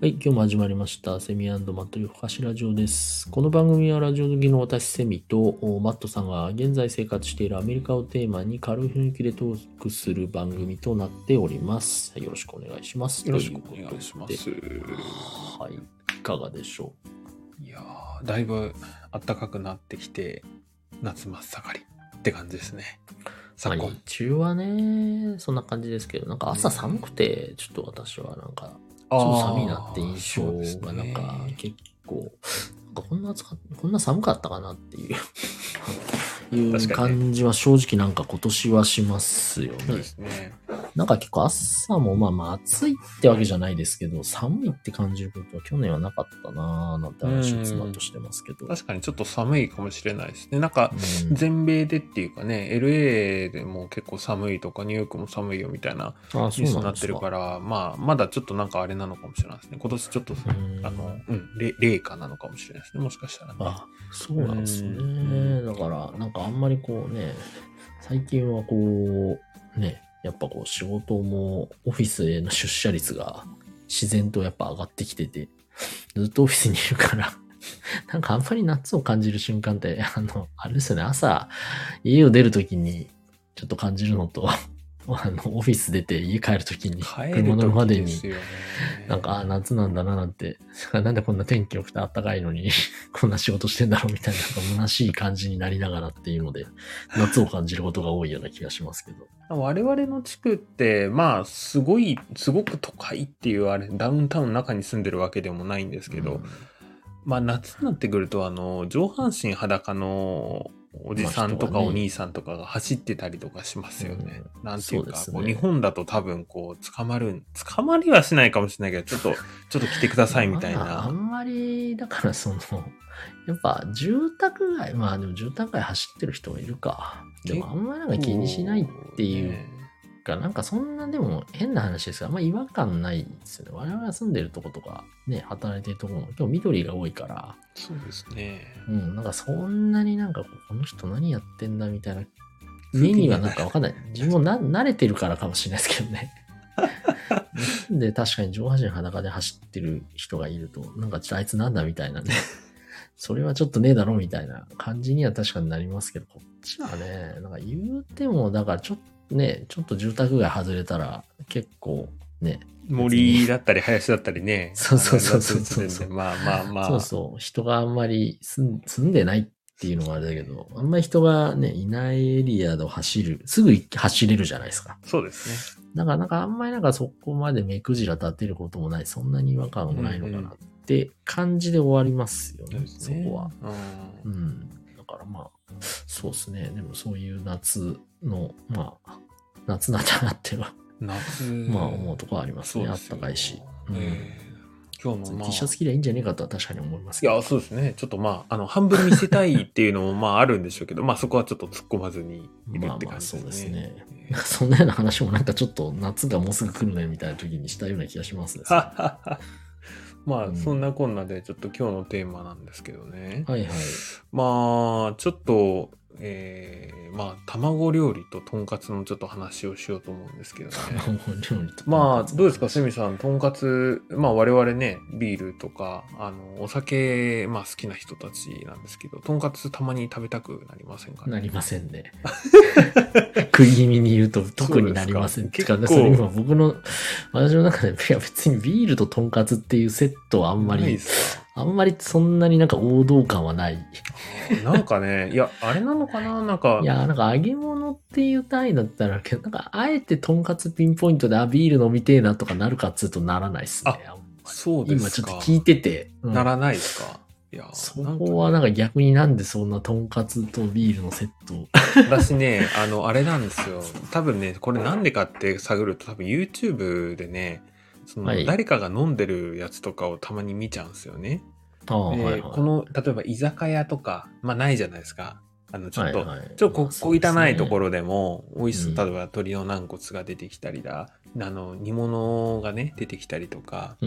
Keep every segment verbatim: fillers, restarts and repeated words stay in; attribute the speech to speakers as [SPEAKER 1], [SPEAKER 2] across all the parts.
[SPEAKER 1] はい、今日も始まりました。セミ&マット夜更かしラジオです。この番組はラジオ好きの私セミとおマットさんが現在生活しているアメリカをテーマに軽い雰囲気でトークする番組となっております。よろしくお願いします。
[SPEAKER 2] よろしくお願いします。
[SPEAKER 1] はい、いかがでしょ
[SPEAKER 2] う。いやー、だいぶ暖かくなってきて、夏真っ盛りって感じですね。
[SPEAKER 1] まあ、日中はね、そんな感じですけど、なんか朝寒くて、ちょっと私はなんか、ちょっと寒いなって印象がなんか結構、なんかこんな暑かこんな寒かったかなっていういう感じは正直なんか今年はしますよね。
[SPEAKER 2] そうですね。
[SPEAKER 1] なんか結構朝もまあまあ暑いってわけじゃないですけど、寒いって感じることは去年はなかったなぁなんて話を妻としてますけど。
[SPEAKER 2] 確かにちょっと寒いかもしれないですね。なんか全米でっていうかね、エルエー でも結構寒いとかニューヨークも寒いよみたいなニュースになってるから、まあまだちょっとなんかあれなのかもしれないですね。今年ちょっとあの、うん、冷夏なのかもしれないですね。もしかしたらね。
[SPEAKER 1] あ、そうなんですね。だからなんかあんまりこうね、最近はこうね、やっぱこう仕事もオフィスへの出社率が自然とやっぱ上がってきてて、ずっとオフィスにいるからなんかあんまり夏を感じる瞬間って、あの、あれですよね、朝家を出るときにちょっと感じるのと、あの、オフィス出て家帰るときに車乗るまでに、なんか、あ、夏なんだななんて、なんでこんな天気良くて暖かいのに、こんな仕事してんだろうみたいな、なんか虚しい感じになりながらっていうので、夏を感じることが多いような気がしますけど。
[SPEAKER 2] 我々の地区って、まあ、すごい、すごく都会っていうあれ、ダウンタウンの中に住んでるわけでもないんですけど、うん、まあ、夏になってくると、あの、上半身裸のおじさんとかお兄さんとかが走ってたりとかしますよね。うん、なんていうか、う、ね、こう日本だと多分こう捕まる、捕まりはしないかもしれないけど、ちょっと、ちょっと来てくださいみたいな。
[SPEAKER 1] まあ、あんまり、だからその、やっぱ住宅街、まあでも住宅街走ってる人がいるか。でもあんまりなんか気にしないっていうか、なんかそんなでも変な話ですが、あんま違和感ないですよね。我々が住んでるとことか、ね、働いてるところも今日緑が多いから。
[SPEAKER 2] そうですね。
[SPEAKER 1] うん、なんかそんなになんかこの人何やってんだみたいな目にはなんかわかんない。自分もな慣れてるからかもしれないですけどね。で、確かに上半身裸で走ってる人がいると、なんかちょっとあいつなんだみたいなね。それはちょっとねえだろみたいな感じには確かになりますけど、こっちはね、なんか言うても、だからちょっとね、ちょっと住宅街外れたら結構ね。
[SPEAKER 2] 森だったり林だったりね。
[SPEAKER 1] そうそうそうそうそう。
[SPEAKER 2] まあまあまあ。
[SPEAKER 1] そうそう。人があんまり住ん、住んでないっていうのもあれだけど、あんまり人がね、いないエリアで走る、すぐ走れるじゃないですか。
[SPEAKER 2] そうですね。
[SPEAKER 1] だからなんかあんまりなんかそこまで目くじら立てることもない、そんなに違和感もないのかなって感じで終わりますよね、うんうん、そこは。うん。うん。だからまあ、そうですね。でもそういう夏の、まあ、夏なんだなっては、
[SPEAKER 2] 夏、
[SPEAKER 1] まあ思うところありますね。あったかいし。うん。えー
[SPEAKER 2] 今日の、まあ、
[SPEAKER 1] T シャツ着りゃいいんじゃねえかとは確かに思いますけど。
[SPEAKER 2] いや、そうですね。ちょっとまあ、あの、半分見せたいっていうのもまああるんでしょうけど、まあそこはちょっと突っ込まずにいるって感じですね。まあまあそうですね。
[SPEAKER 1] そんなような話もなんかちょっと夏がもうすぐ来るねみたいな時にしたような気がしますね。
[SPEAKER 2] まあ、うん、そんなこんなでちょっと今日のテーマなんですけどね。
[SPEAKER 1] はいはい。
[SPEAKER 2] まあ、ちょっと、えー、まあ、卵料理ととんかつのちょっと話をしようと思うんですけどね。
[SPEAKER 1] 卵料理と
[SPEAKER 2] まあ、どうですか、セミさん、とんかつ、まあ我々ね、ビールとか、あの、お酒、まあ好きな人たちなんですけど、とんかつたまに食べたくなりませんかね。
[SPEAKER 1] なりませんね。食い気味にいると特になりません。結構。それ今僕の、私の中で、いや別にビールととんかつっていうセットはあんまり、あんまりそんなになんか王道感はない。
[SPEAKER 2] なんかね、いや、あれなのかななんか。
[SPEAKER 1] いや、なんか揚げ物っていう単位だったら、なんかあえてとんかつピンポイントで、あ、ビール飲みてえなとかなるかっつうとならないっすね。
[SPEAKER 2] あ、そうですか。
[SPEAKER 1] 今ちょっと聞いてて。
[SPEAKER 2] うん、ならないですか。いや、
[SPEAKER 1] そこはなんか逆になんでそんなとんかつとビールのセット
[SPEAKER 2] 私ね、あの、あれなんですよ。多分ね、これなんでかって探ると多分 YouTube でね、その誰かが飲んでるやつとかをたまに見ちゃうんですよね。
[SPEAKER 1] ああ、
[SPEAKER 2] で、
[SPEAKER 1] はいはい、
[SPEAKER 2] この、例えば居酒屋とか、まあないじゃないですか。あの、ちょっと、
[SPEAKER 1] はいはい、
[SPEAKER 2] ちょっとこ、小汚いところでも、美味しそう、
[SPEAKER 1] うん、
[SPEAKER 2] 例えば鶏の軟骨が出てきたりだ、あの、煮物がね、出てきたりとか、
[SPEAKER 1] うん、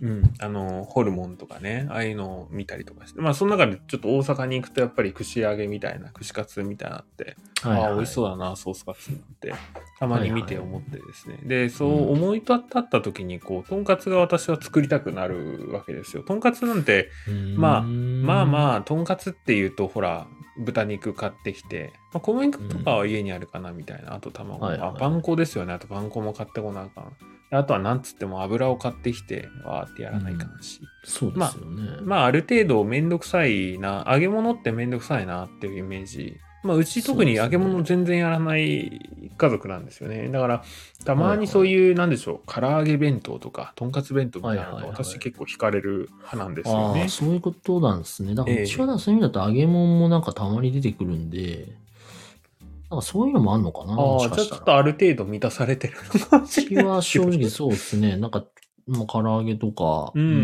[SPEAKER 2] うん、あのホルモンとかね、ああいうのを見たりとかして、まあその中でちょっと大阪に行くとやっぱり串揚げみたいな、串カツみたいなのって、
[SPEAKER 1] はいはい、
[SPEAKER 2] ああ美味しそうだなソースカツなんてたまに見て思ってですね、はいはい、でそう思い立った時にこうとんかつが私は作りたくなるわけですよ。とんかつなんてまあまあまあとんかつっていうとほら豚肉買ってきて、まあ、小麦粉とかは家にあるかなみたいな、あと卵、はいはい、あパン粉ですよね、あとパン粉も買ってこなあかん、あとはなんつっても油を買ってきてわーってやらないかなし、うん、
[SPEAKER 1] そうですよね。
[SPEAKER 2] まあ、まあある程度めんどくさいな、揚げ物ってめんどくさいなっていうイメージ。まあうち特に揚げ物全然やらない家族なんですよね。だからたまにそういう、はいはい、なんでしょう、唐揚げ弁当とかとんかつ弁当みたいなのが私結構惹かれる派なんですよね。はいはいはい、
[SPEAKER 1] ああ、そういうことなんですね。だからうちはそういう意味だと揚げ物もなんかたまに出てくるんで、なんかそういうのもあるのかな。
[SPEAKER 2] ああ、じゃあちょっとある程度満たされてるのかもしれない。
[SPEAKER 1] うちは正直そうですね。なんか、まあ、唐揚げとか、
[SPEAKER 2] うん、うん。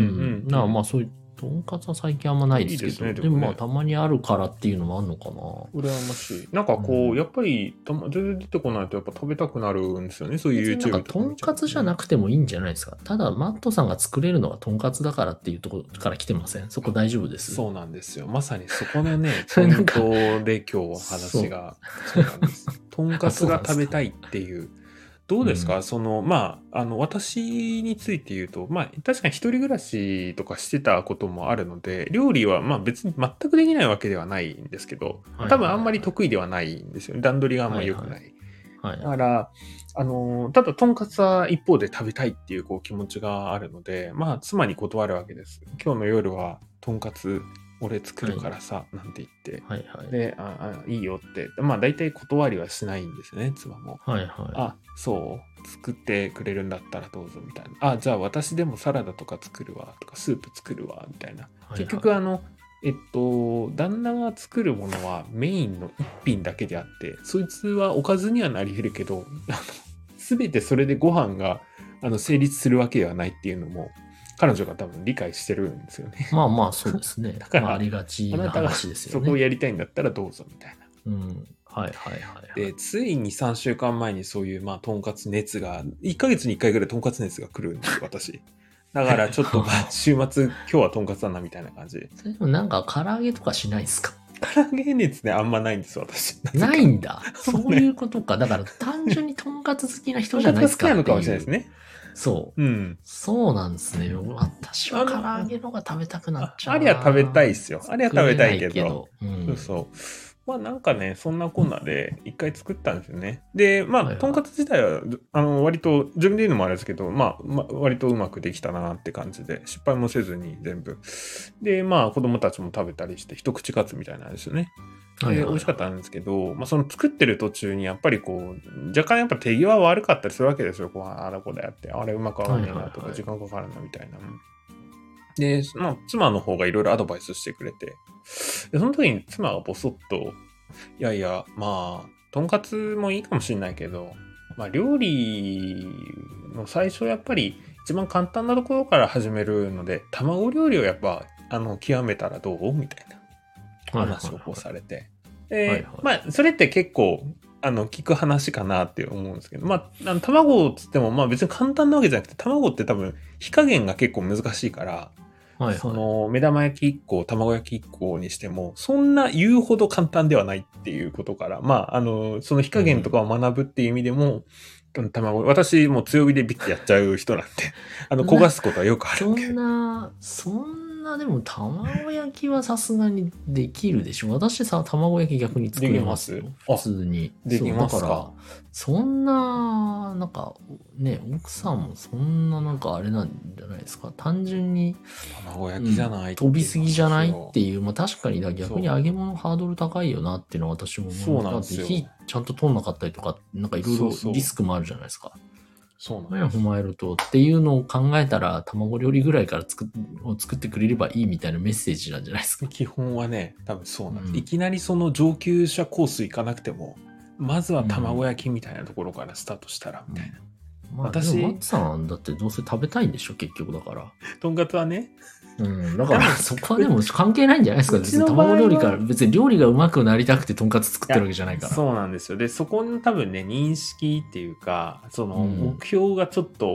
[SPEAKER 1] なんかまあそういう、とんかつは最近あんまないですけど、いいですね、でも、でもまあたまにあるからっていうのもあるのかな。
[SPEAKER 2] 羨ましい。なんかこう、うん、やっぱりた、ま、全然出てこないとやっぱ食べたくなるんですよね。そういう YouTube とか、ね。
[SPEAKER 1] なんかとんかつじゃなくてもいいんじゃないですか。ただマットさんが作れるのがとんかつだからっていうところから来てません？そこ大丈夫です。
[SPEAKER 2] そうなんですよ。まさにそこのね、ポイントで今日話がそうなんです。とんかつが食べたいっていう。どうですか、うん、その、まあ、あの、私について言うと、まあ、確かに一人暮らしとかしてたこともあるので、料理は、まあ別に全くできないわけではないんですけど、多分あんまり得意ではないんですよね。段取りがあんまり良くない。はいはいはい、だから、あの、ただ、とんかつは一方で食べたいっていうこう気持ちがあるので、まあ、妻に断るわけです。今日の夜は、とんかつ、俺作るからさ、はい、なんて言って、はいはい、でああいいよってまあ大体断りはしないんですよね、妻も。
[SPEAKER 1] はいはい、
[SPEAKER 2] あそう作ってくれるんだったらどうぞみたいな、あじゃあ私でもサラダとか作るわとかスープ作るわみたいな、はいはい、結局あのえっと旦那が作るものはメインの一品だけであって、そいつはおかずにはなり得るけど、あの全てそれでご飯があの成立するわけではないっていうのも彼女が多分理解してるんですよね。
[SPEAKER 1] まあまあそうですね。
[SPEAKER 2] だから、
[SPEAKER 1] まあ、ありがちな話ですよね。
[SPEAKER 2] そこをやりたいんだったらどうぞみたいな。
[SPEAKER 1] うん。はいはいはい、はい。
[SPEAKER 2] で、ついにさんしゅうかんまえにそういう、まあ、とんかつ熱が、いっかげつにいっかいぐらいとんかつ熱が来るんですよ、私。だからちょっと、まあ、週末、今日はとんかつだなみたいな感じで。
[SPEAKER 1] それでもなんか唐揚げとかしないですか？
[SPEAKER 2] 唐揚げ熱ね、あんまないんです、私。
[SPEAKER 1] ないんだ。そういうことか。だから単純にとんかつ好きな人じゃないですかっていう。
[SPEAKER 2] とんかつ好きなのかもしれないですね。
[SPEAKER 1] そう。うん。そうなんですね。私は唐揚げのが食べたくなっちゃうな。
[SPEAKER 2] あれは食べたいですよ。あれは食べたいけど。
[SPEAKER 1] けどうん、
[SPEAKER 2] そうそう。まあなんかね、そんなこんなで一回作ったんですよね。で、まあ、はいはい、とんかつ自体は、あの、割と、自分で言うのもあれですけど、まあ、まあ、割とうまくできたなって感じで、失敗もせずに全部。で、まあ、子供たちも食べたりして、一口カツみたいなんですよね。はいはいはい、美味しかったんですけど、まあ、その作ってる途中にやっぱりこう、若干やっぱ手際悪かったりするわけですよ。こう、あらこだやって、あれうまく合わねえなとか、時間かかるなみたいな。で、まあ、妻の方がいろいろアドバイスしてくれて、でその時に妻がボソッと、いやいや、まあ、とんかつもいいかもしれないけど、まあ、料理の最初やっぱり一番簡単なところから始めるので、卵料理をやっぱ、あの、極めたらどうみたいな話をこうされて。で、まあ、それって結構、あの、聞く話かなって思うんですけど、まあ、あの卵っつっても、まあ別に簡単なわけじゃなくて、卵って多分、火加減が結構難しいから、はいはい、その目玉焼きいっこ、卵焼きいっこにしても、そんな言うほど簡単ではないっていうことから、まあ、あの、その火加減とかを学ぶっていう意味でも、うん、卵、私も強火でビッてやっちゃう人なんで、あの、焦がすことはよくあるんで。
[SPEAKER 1] そんな、そんな、でも卵焼きはさすがにできるでしょ。私さ、卵焼き逆に作れますよ。普通に。
[SPEAKER 2] できますか。
[SPEAKER 1] だから、そんな、なんか、ね、奥さんもそんななんかあれなんじゃないですか。単純に、
[SPEAKER 2] 卵焼きじゃない、うん、
[SPEAKER 1] 飛びすぎじゃないっていう、まあ確かにだ逆に揚げ物ハードル高いよなっていうのは私も思う。
[SPEAKER 2] そうなんですよ。
[SPEAKER 1] 火ちゃんと通んなかったりとか、なんかいろいろリスクもあるじゃないですか。
[SPEAKER 2] そうなんです。
[SPEAKER 1] 踏まえるとっていうのを考えたら、卵料理ぐらいから作っを作ってくれればいいみたいなメッセージなんじゃないですか。
[SPEAKER 2] 基本はね、多分そうなんです。うん、いきなりその上級者コース行かなくても、まずは卵焼きみたいなところからスタートしたらみたいな。
[SPEAKER 1] うん、まあ、私、マッツさんだってどうせ食べたいんでしょ、結局だから。
[SPEAKER 2] とんかつはね。
[SPEAKER 1] うん、だからそこはでも関係ないんじゃないですか。別に卵料理から、別に料理がうまくなりたくてとんかつ作ってるわけじゃないから。
[SPEAKER 2] そうなんですよ。で、そこの多分ね、認識っていうか、その目標がちょっと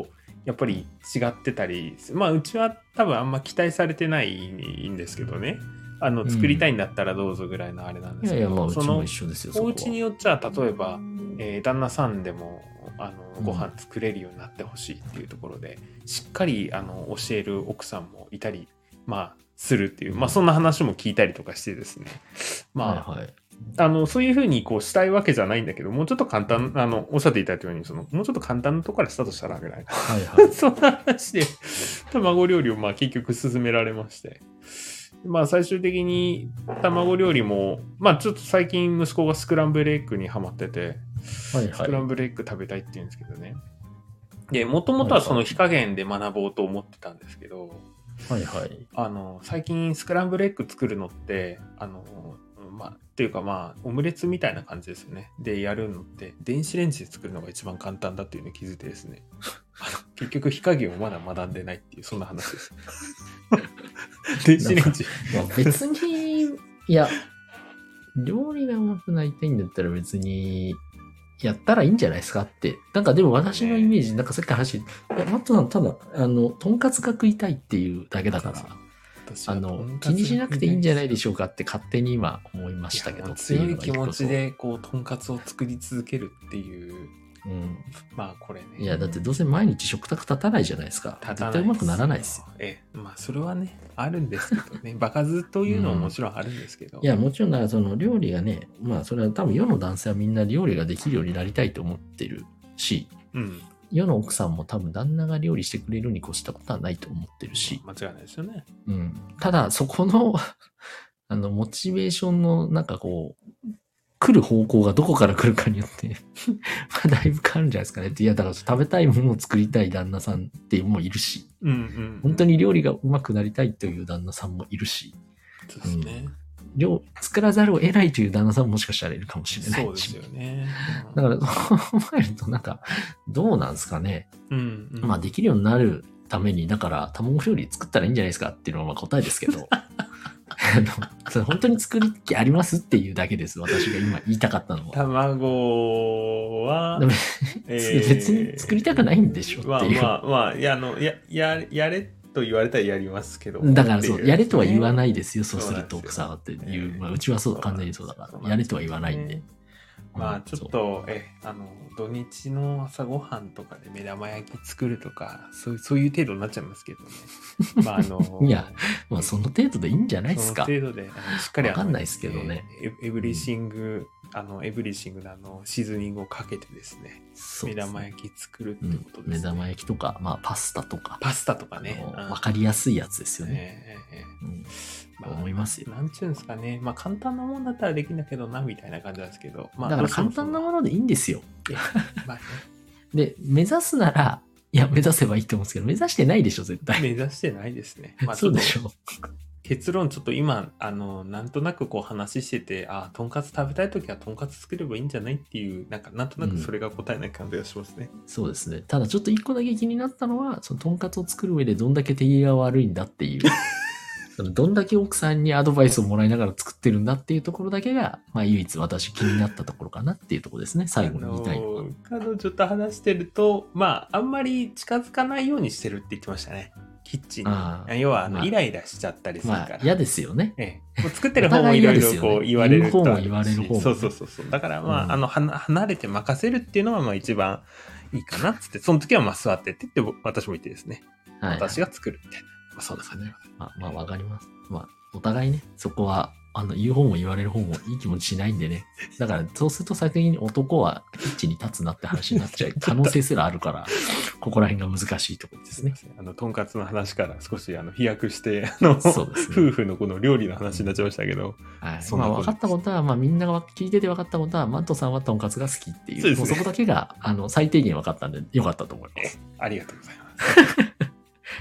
[SPEAKER 2] やっぱり違ってたり、まあうちは多分あんま期待されてないんですけどね。あの作りたいんだったらどうぞぐらいのあれなんですけど、
[SPEAKER 1] いやいや、まあ、うち
[SPEAKER 2] その
[SPEAKER 1] も一緒ですよ、そこ
[SPEAKER 2] お
[SPEAKER 1] は。
[SPEAKER 2] 家によっちゃ例えば、えー旦那さんでもあの
[SPEAKER 1] うん
[SPEAKER 2] ご飯作れるようになってほしいっていうところで、しっかりあの教える奥さんもいたり、まあするっていう、まあそんな話も聞いたりとかしてですね。まあ、
[SPEAKER 1] はいはい。
[SPEAKER 2] あのそういうふうにこうしたいわけじゃないんだけど、もうちょっと簡単、あのおっしゃっていただいたように、そのもうちょっと簡単なところからスタートしたらぐらいな、
[SPEAKER 1] はいはい。
[SPEAKER 2] そんな話で卵料理をまあ結局進められまして、まあ最終的に卵料理も、まあちょっと最近息子がスクランブルエッグにハマってて、
[SPEAKER 1] はいはい。
[SPEAKER 2] スクランブルエッグ食べたいって言うんですけどね。で、もともとはその火加減で学ぼうと思ってたんですけど、
[SPEAKER 1] はいはい。
[SPEAKER 2] あの、最近スクランブルエッグ作るのって、あの、まあ、っていうかまあ、オムレツみたいな感じですよね。で、やるのって、電子レンジで作るのが一番簡単だっていうのを気づいてですね。あの結局、火加減をまだ学んでないっていう、そんな話です。電子レンジ。
[SPEAKER 1] まあ、別に、いや、料理が上手くなりたいんだったら別に、やったらいいんじゃないですかって。なんかでも私のイメージ、なんかさっきの話、いや、マットさんただ、あの、とんかつが食いたいっていうだけだから、あの、気にしなくていいんじゃないでしょうかって勝手に今思いましたけど。
[SPEAKER 2] 強い気持ちで、こう、とんかつを作り続けるっていう。
[SPEAKER 1] うん。
[SPEAKER 2] まあ、これね。
[SPEAKER 1] いや、だってどうせ毎日食卓立たないじゃないですか。絶対うまくならないですよ。
[SPEAKER 2] ええ、まあ、それはね、あるんですけどね。場数というのももちろんあるんですけど。
[SPEAKER 1] うん、いや、もちろん、だからその料理がね、まあ、それは多分世の男性はみんな料理ができるようになりたいと思ってるし、
[SPEAKER 2] うん。
[SPEAKER 1] 世の奥さんも多分旦那が料理してくれるに越したことはないと思ってるし。
[SPEAKER 2] 間違いないですよね。
[SPEAKER 1] うん。ただ、そこのあの、モチベーションの、なんかこう、来る方向がどこから来るかによってまあ、だいぶ変わるんじゃないですかねって。いや、だから食べたいものを作りたい旦那さんっていうのもいるし、
[SPEAKER 2] うんうん、うん。
[SPEAKER 1] 本当に料理が上手くなりたいという旦那さんもいるし、
[SPEAKER 2] そうですね。うん
[SPEAKER 1] 料作らざるを得ないという旦那さんももしかしたらいるかもしれないし。
[SPEAKER 2] そうですよね。
[SPEAKER 1] うん、だから、そう思えると、なんか、どうなんですかね。
[SPEAKER 2] うんうん、
[SPEAKER 1] まあ、できるようになるために、だから、卵料理作ったらいいんじゃないですかっていうのがまあ答えですけど、あのそれ本当に作り気ありますっていうだけです。私が今言いたかったのは。
[SPEAKER 2] 卵は、
[SPEAKER 1] えー、別に作りたくないんでしょっていう。
[SPEAKER 2] まあまあ、まあ、いや、あの、や、や、やれ、と言われたらやりますけど。
[SPEAKER 1] だからそう、やれとは言わないですよ、そうすると
[SPEAKER 2] そう
[SPEAKER 1] 奥さんはっていう。まあ、うちはそう、完全にそうだから、やれとは言わないんで。
[SPEAKER 2] まあちょっと、え、あの、土日の朝ごはんとかで目玉焼き作るとか、そうそういう程度になっちゃいますけどね。まああの、
[SPEAKER 1] いや、まあその程度でいいんじゃないですか。
[SPEAKER 2] その程度で、あのしっかり
[SPEAKER 1] わかんないですけどね。
[SPEAKER 2] エブリシング、あの、エブリシングのあの、シーズニングをかけてですね、すね目玉焼き作るってことですね、
[SPEAKER 1] うん。目玉焼きとか、まあパスタとか。
[SPEAKER 2] パスタとかね。
[SPEAKER 1] わかりやすいやつですよね。
[SPEAKER 2] えーえーうん
[SPEAKER 1] まあ、思いますよ。
[SPEAKER 2] なんちゅうんですかね。まあ簡単なもんだったらできんだけどな、みたいな感じなんですけど。まあ、
[SPEAKER 1] だから簡単なものでいいんですよ。
[SPEAKER 2] まあね、
[SPEAKER 1] で、目指すなら、いや、目指せばいいと思うんですけど、目指してないでしょ、絶対。
[SPEAKER 2] 目指してないですね。
[SPEAKER 1] まあ、そうでしょ。
[SPEAKER 2] 結論、ちょっと今、あの、なんとなくこう話してて、あ、とんかつ食べたいときはとんかつ作ればいいんじゃないっていう、なんか、なんとなくそれが答えない感じがしますね。
[SPEAKER 1] うん、そうですね。ただ、ちょっと一個だけ気になったのは、そのとんかつを作る上でどんだけ手際が悪いんだっていう。どんだけ奥さんにアドバイスをもらいながら作ってるんだっていうところだけが、まあ唯一私気になったところかなっていうところですね。最後に言いたいのは。
[SPEAKER 2] 彼女と話してると、まああんまり近づかないようにしてるって言ってましたね。キッチンに。要はあの、まあ、イライラしちゃったりするから。まあ
[SPEAKER 1] 嫌ですよね。
[SPEAKER 2] ええ。もう作ってる方もいろいろこう言われる
[SPEAKER 1] と、ね。言う方も言われる方も、ね。
[SPEAKER 2] そうそうそうそう。だからまあ、うん、あの、離れて任せるっていうのはまあ一番いいかなっつって、その時はまあ座ってって言って私も言ってですね。はい、私が作るみたいな。まあそうですね。
[SPEAKER 1] まあ、まあわかります。まあ、お互いね、そこは、あの、言う方も言われる方もいい気持ちしないんでね。だから、そうすると先に男はキッチンに立つなって話になっちゃう可能性すらあるから、ここら辺が難しいところですね。
[SPEAKER 2] あの、とんかつの話から少し、あの、飛躍して、あの、そうですね、夫婦のこの料理の話になっちゃいましたけど。
[SPEAKER 1] はい。まあ、分かったことは、まあ、みんなが聞いてて分かったことは、マットさんはとんかつが好きっていう、そうですね、もうそこだけが、あの、最低限分かったんで、よかったと思います。
[SPEAKER 2] ありがとうございます。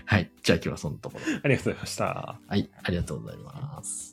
[SPEAKER 1] はい。じゃあ今日はそのところ。
[SPEAKER 2] ありがとうございました。
[SPEAKER 1] はい。ありがとうございます。